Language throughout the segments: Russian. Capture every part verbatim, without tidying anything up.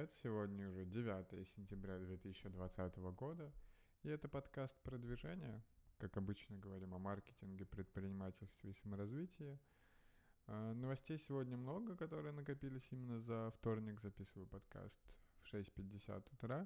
привет! Сегодня уже девятое сентября две тысячи двадцатого года, и это подкаст «Продвижение». Как обычно, говорим о маркетинге, предпринимательстве и саморазвитии. А, Новостей сегодня много, которые накопились именно за вторник. Записываю подкаст в шесть пятьдесят утра.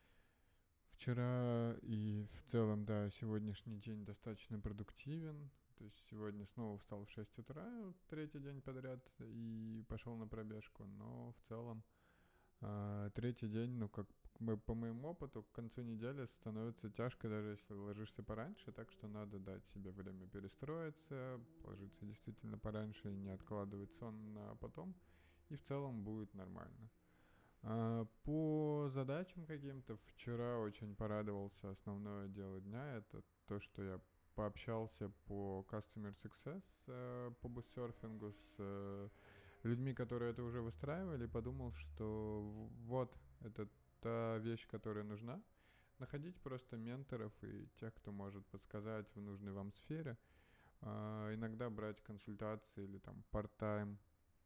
Вчера и в целом, да, сегодняшний день достаточно продуктивен. То есть сегодня снова встал в шесть утра, третий день подряд, и пошел на пробежку. Но в целом а, третий день, ну, как мы, по моему опыту, к концу недели становится тяжко, даже если ложишься пораньше, так что надо дать себе время перестроиться, ложиться действительно пораньше и не откладывать сон на потом, и в целом будет нормально. А, По задачам каким-то вчера очень порадовался. Основное дело дня — это то, что я пообщался по Customer Success, э, по буссерфингу с э, людьми, которые это уже выстраивали, и подумал, что в- вот, это та вещь, которая нужна. Находить просто менторов и тех, кто может подсказать в нужной вам сфере. А, иногда брать консультации или там part-time,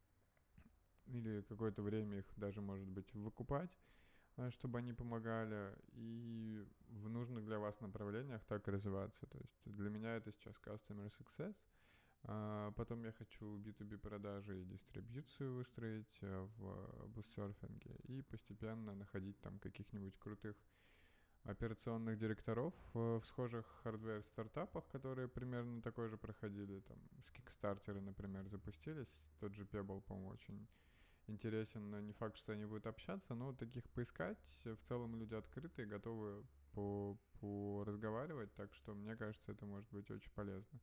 или какое-то время их даже, может быть, выкупать, а, чтобы они помогали, и в нужных для вас направлениях так развиваться. То есть для меня это сейчас Customer Success. А, Потом я хочу би ту би продажи и дистрибьюцию выстроить э, в буссерфинге и постепенно находить там каких-нибудь крутых операционных директоров э, в схожих хардвер-стартапах, которые примерно такой же проходили. Там с Kickstarter, например, запустились. Тот же Pebble, по-моему, очень интересен, но не факт, что они будут общаться, но таких поискать. В целом люди открытые, готовы по, по разговаривать, так что мне кажется, это может быть очень полезно.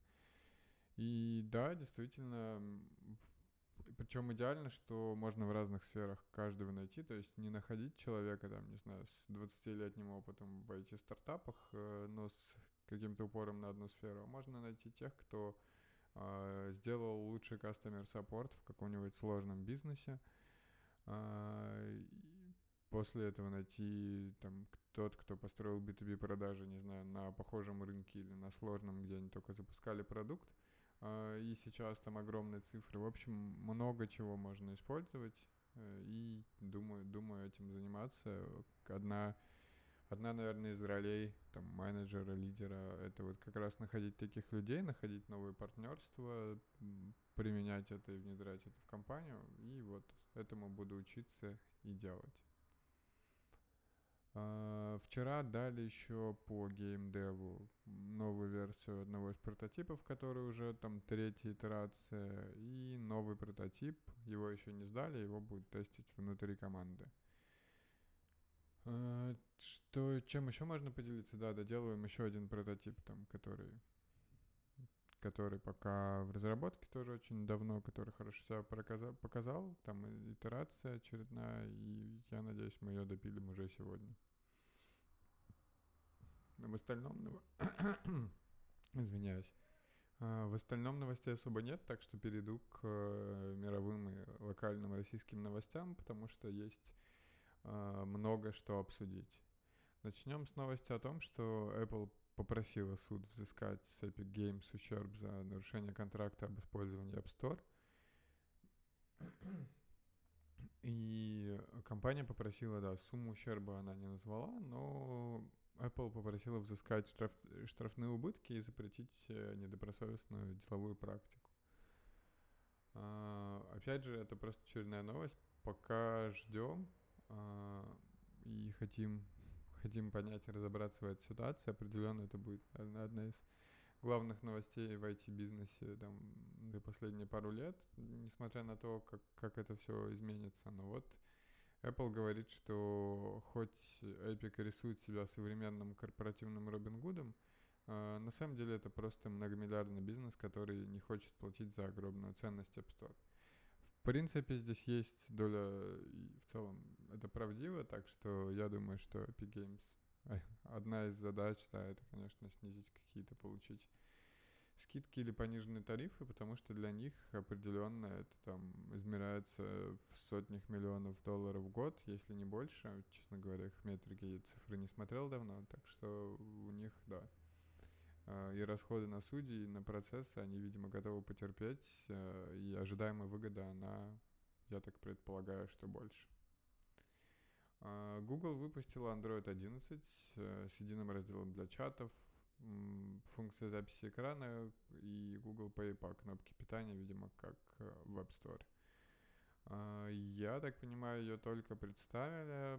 И да, действительно, причем идеально, что можно в разных сферах каждого найти, то есть не находить человека, там, не знаю, с двадцатилетним опытом в ай ти-стартапах, э, но с каким-то упором на одну сферу, а можно найти тех, кто э, сделал лучший customer support в каком-нибудь сложном бизнесе. Э, После этого найти там тот, кто построил би ту би продажи, не знаю, на похожем рынке или на сложном, где они только запускали продукт. Uh, и сейчас там огромные цифры. В общем, много чего можно использовать. Uh, и думаю, думаю этим заниматься. Одна, одна, наверное, из ролей там, менеджера, лидера — это вот как раз находить таких людей, находить новые партнерства, применять это и внедрять это в компанию. И вот этому буду учиться и делать. Uh, вчера дали еще по геймдеву новую версию одного из прототипов, который уже там третья итерация, и новый прототип. Его еще не сдали, его будут тестить внутри команды. Uh, что, чем еще можно поделиться? Да, доделываем еще один прототип, там, который, который пока в разработке тоже очень давно, который хорошо себя проказа- показал. Там итерация очередная, и я надеюсь, мы ее допилим уже сегодня. В остальном, ну, извиняюсь. А, В остальном новостей особо нет, так что перейду к э, мировым и локальным российским новостям, потому что есть а, много что обсудить. Начнем с новости о том, что Apple попросила суд взыскать с Epic Games ущерб за нарушение контракта об использовании App Store. И компания попросила, да, сумму ущерба она не назвала, но Apple попросила взыскать штраф, штрафные убытки и запретить э, недобросовестную деловую практику. А, опять же, это просто очередная новость. Пока ждем а, и хотим, хотим понять и разобраться в этой ситуации. Определенно это будет, наверное, одна из главных новостей в ай ти-бизнесе там, за последние пару лет, несмотря на то, как, как это все изменится. Но вот Apple говорит, что хоть Epic рисует себя современным корпоративным Робин Гудом, э, на самом деле это просто многомиллиардный бизнес, который не хочет платить за огромную ценность App Store. В принципе, здесь есть доля, и в целом это правдиво, так что я думаю, что Epic Games, одна из задач, да, это, конечно, снизить какие-то, получить скидки или пониженные тарифы, потому что для них определенно это там измеряется в сотнях миллионов долларов в год, если не больше. Честно говоря, их метрики и цифры не смотрел давно, так что у них, да, и расходы на судьи, и на процессы они, видимо, готовы потерпеть, и ожидаемая выгода, она, я так предполагаю, что больше. Google выпустила Android одиннадцать с единым разделом для чатов, функция записи экрана и Google Pay по кнопке питания, видимо, как в App Store. Я так понимаю, ее только представили.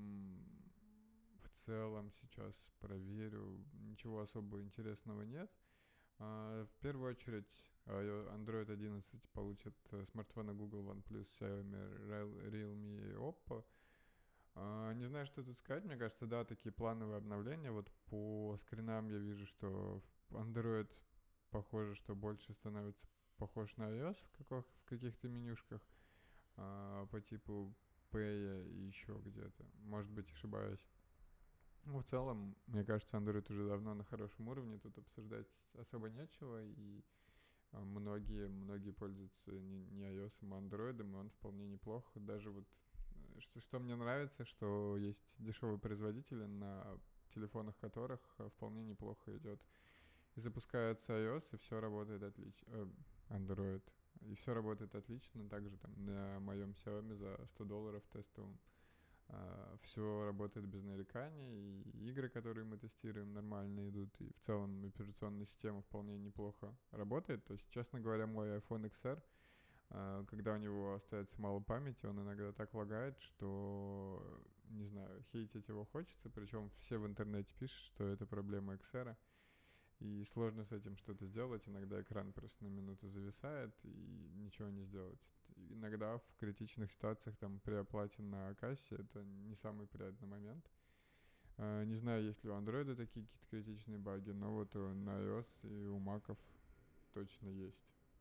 В целом сейчас проверю, ничего особо интересного нет. В первую очередь Android одиннадцать получат смартфоны Google, OnePlus, Xiaomi, Realme и Oppo. Не знаю, что тут сказать. Мне кажется, да, такие плановые обновления. Вот по скринам я вижу, что Android, похоже, что больше становится похож на iOS в, каких- в каких-то менюшках по типу Pay и еще где-то. Может быть, ошибаюсь. Ну, в целом, мне кажется, Android уже давно на хорошем уровне. Тут обсуждать особо нечего. И многие, многие пользуются не, не iOS, а Android, и он вполне неплох. Даже вот Что, что мне нравится, что есть дешевые производители, на телефонах которых вполне неплохо идет. И запускается iOS, и все работает отлично. Э, Android. И все работает отлично. Также там на моем Xiaomi за сто долларов тестовом э, все работает без нареканий. И игры, которые мы тестируем, нормально идут. И в целом операционная система вполне неплохо работает. То есть, честно говоря, мой iPhone икс ар, когда у него остается мало памяти, он иногда так лагает, что, не знаю, хейтить его хочется. Причем все в интернете пишут, что это проблема икс ар. И сложно с этим что-то сделать. Иногда экран просто на минуту зависает, и ничего не сделать. Иногда в критичных ситуациях, там, при оплате на кассе, это не самый приятный момент. Не знаю, есть ли у Android такие какие-то критичные баги, но вот на iOS и у Mac'ов точно есть.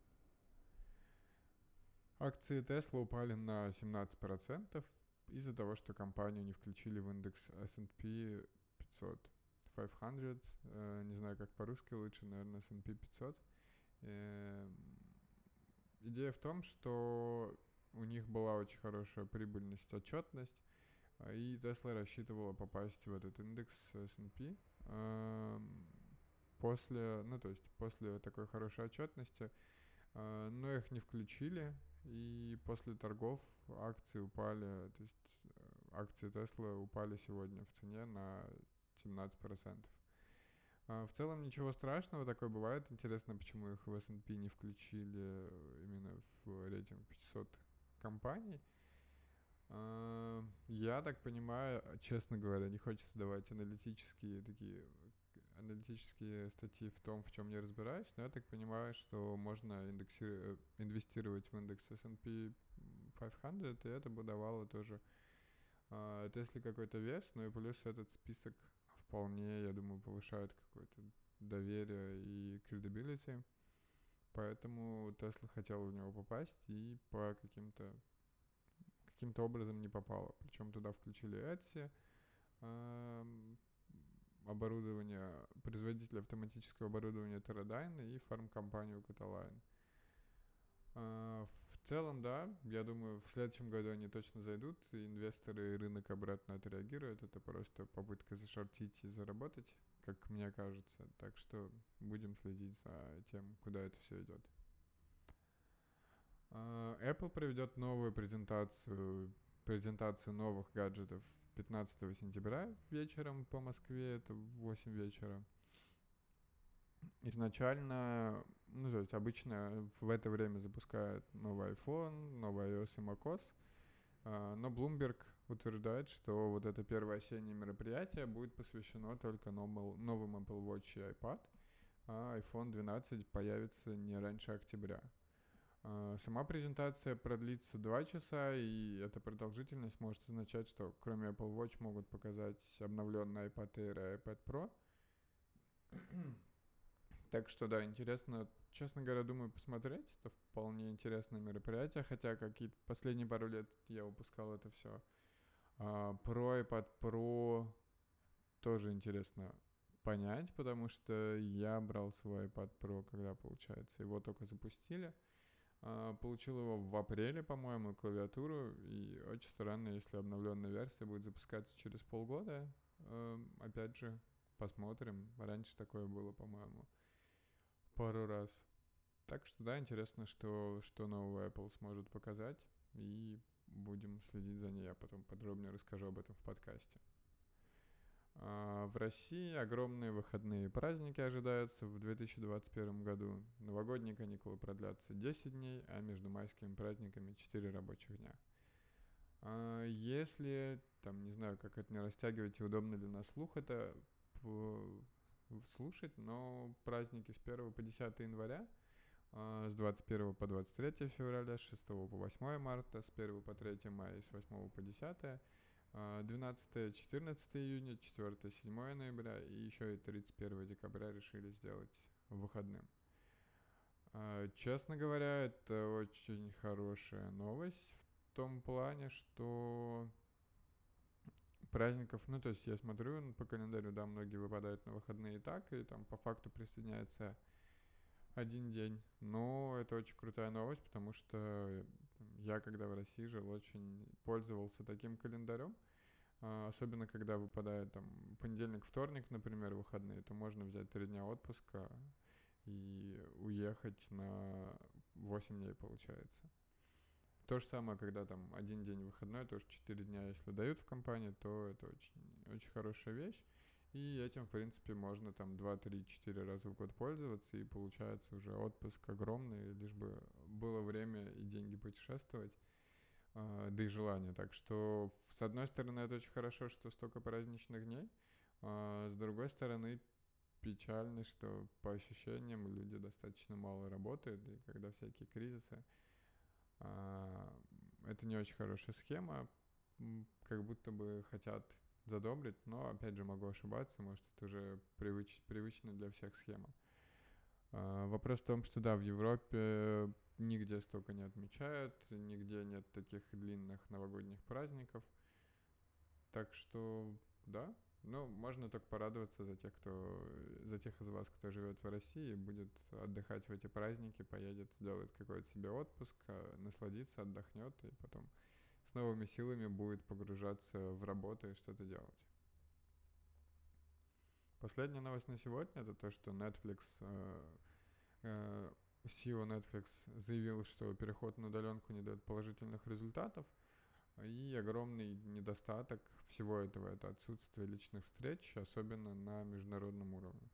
Акции Tesla упали на семнадцать процентов из-за того, что компанию не включили в индекс эс энд пи пятьсот. пятьсот, э, не знаю, как по-русски лучше, наверное, эс энд пи пятьсот. Э, идея в том, что у них была очень хорошая прибыльность, отчетность, и Tesla рассчитывала попасть в этот индекс эс энд пи. Э, после, ну, то есть после такой хорошей отчетности, э, но их не включили. И после торгов акции упали, то есть акции Tesla упали сегодня в цене на семнадцать процентов. В целом ничего страшного, такое бывает. Интересно, почему их в эс энд пи не включили именно в рейтинг пятьсот компаний. Я так понимаю, честно говоря, не хочется давать аналитические такие аналитические статьи в том, в чем я разбираюсь, но я так понимаю, что можно индекси- инвестировать в индекс эс энд пи пятьсот, и это бы давало тоже э, Тесле какой-то вес, ну и плюс этот список вполне, я думаю, повышает какое-то доверие и credibility, поэтому Тесла хотела в него попасть и по каким-то каким-то образом не попала. Причем туда включили Etsy, э, оборудование, производитель автоматического оборудования Teradyne и фармкомпанию Cataline. В целом, да, я думаю, в следующем году они точно зайдут, и инвесторы и рынок обратно отреагируют. Это просто попытка зашортить и заработать, как мне кажется. Так что будем следить за тем, куда это все идет. Apple проведет новую презентацию, презентацию новых гаджетов пятнадцатого сентября вечером по Москве, это в восемь вечера. Изначально, ну, то есть обычно в это время запускают новый iPhone, новый iOS и macOS, но Bloomberg утверждает, что вот это первое осеннее мероприятие будет посвящено только новым Apple Watch и iPad, а iPhone двенадцать появится не раньше октября. Сама презентация продлится два часа, и эта продолжительность может означать, что кроме Apple Watch могут показать обновленный iPad Air и iPad Pro. Так что да, интересно, честно говоря, думаю посмотреть. Это вполне интересное мероприятие, хотя какие-то последние пару лет я упускал это все. Pro, iPad Pro тоже интересно понять, потому что я брал свой iPad Pro, когда, получается, его только запустили. Получил его в апреле, по-моему, клавиатуру, и очень странно, если обновленная версия будет запускаться через полгода. Опять же, посмотрим. Раньше такое было, по-моему, пару раз. Так что да, интересно, что, что нового Apple сможет показать. И будем следить за ней. Я потом подробнее расскажу об этом в подкасте. В России огромные выходные праздники ожидаются в две тысячи двадцать первом году. Новогодние каникулы продлятся десять дней, а между майскими праздниками четыре рабочих дня. Если, там, не знаю, как это не растягивать и удобно ли на слух это слушать, но праздники с первого по десятое января, с двадцать первого по двадцать третье февраля, с шестого по восьмое марта, с первого по третье мая и с восьмого по десятое, двенадцатое-четырнадцатое июня, четвёртое-седьмое ноября и еще и тридцать первого декабря решили сделать выходным. Честно говоря, это очень хорошая новость в том плане, что праздников, ну то есть я смотрю по календарю, да, многие выпадают на выходные и так, и там по факту присоединяется один день. Но это очень крутая новость, потому что я, когда в России жил, очень пользовался таким календарем. Особенно, когда выпадает там понедельник, вторник, например, выходные, то можно взять три дня отпуска и уехать на восемь дней, получается. То же самое, когда там один день выходной, тоже четыре дня, если дают в компании, то это очень, очень хорошая вещь. И этим, в принципе, можно там два, три, четыре раза в год пользоваться, и получается уже отпуск огромный, лишь бы было время и деньги путешествовать, э, да и желание. Так что, с одной стороны, это очень хорошо, что столько праздничных дней, а с другой стороны, печально, что по ощущениям люди достаточно мало работают, и когда всякие кризисы, э, это не очень хорошая схема, как будто бы хотят задобрить, но, опять же, могу ошибаться, может, это уже привыч, привычная для всех схема. А, вопрос в том, что, да, в Европе нигде столько не отмечают, нигде нет таких длинных новогодних праздников, так что, да, ну, можно только порадоваться за тех, кто, за тех из вас, кто живет в России, будет отдыхать в эти праздники, поедет, сделает какой-то себе отпуск, насладится, отдохнет, и потом с новыми силами будет погружаться в работу и что-то делать. Последняя новость на сегодня — это то, что Netflix, э, э, си и о Netflix заявил, что переход на удаленку не дает положительных результатов, и огромный недостаток всего этого — это отсутствие личных встреч, особенно на международном уровне.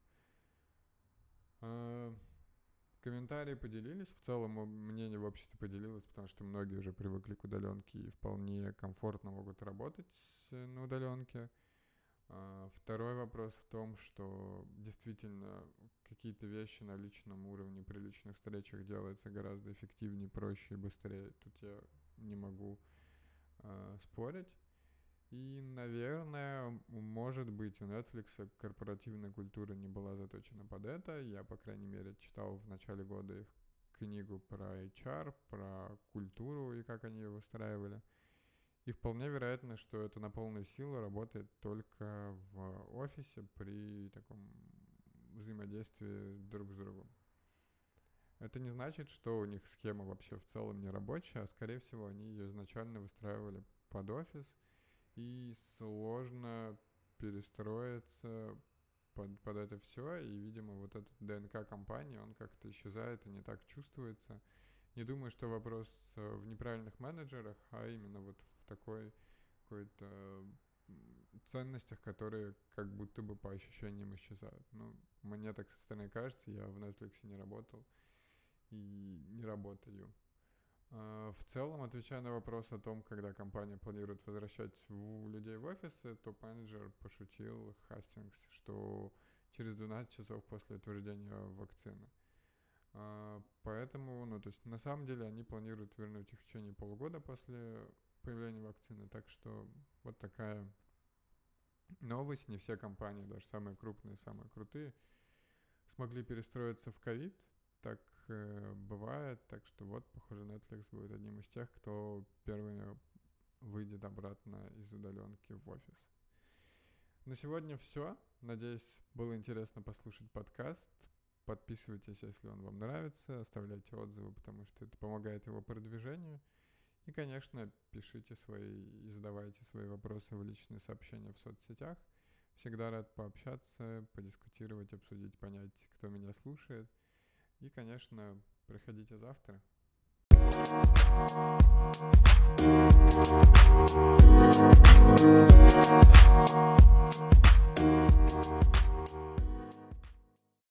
Э, Комментарии поделились, в целом мнение в обществе поделилось, потому что многие уже привыкли к удаленке и вполне комфортно могут работать на удаленке. Второй вопрос в том, что действительно какие-то вещи на личном уровне при личных встречах делаются гораздо эффективнее, проще и быстрее. Тут я не могу э, спорить. И, наверное, может быть, у Netflix корпоративная культура не была заточена под это. Я, по крайней мере, читал в начале года их книгу про эйч ар, про культуру и как они ее выстраивали. И вполне вероятно, что это на полную силу работает только в офисе при таком взаимодействии друг с другом. Это не значит, что у них схема вообще в целом не рабочая, а скорее всего они ее изначально выстраивали под офис, и сложно перестроиться под, под это все, и, видимо, вот этот ДНК компании, он как-то исчезает и не так чувствуется. Не думаю, что вопрос в неправильных менеджерах, а именно вот в такой какой-то ценностях, которые как будто бы по ощущениям исчезают. Ну, мне так со стороны кажется, я в Netflix не работал и не работаю. В целом, отвечая на вопрос о том, когда компания планирует возвращать людей в офисы, топ-менеджер пошутил, Хастингс, что через двенадцать часов после утверждения вакцины. Поэтому, ну, то есть, на самом деле, они планируют вернуть их в течение полугода после появления вакцины, так что вот такая новость. Не все компании, даже самые крупные, самые крутые, смогли перестроиться в ковид. Так э, бывает, так что вот, похоже, Netflix будет одним из тех, кто первыми выйдет обратно из удаленки в офис. На сегодня все. Надеюсь, было интересно послушать подкаст. Подписывайтесь, если он вам нравится, оставляйте отзывы, потому что это помогает его продвижению. И, конечно, пишите свои и задавайте свои вопросы в личные сообщения в соцсетях. Всегда рад пообщаться, подискутировать, обсудить, понять, кто меня слушает. И, конечно, приходите завтра.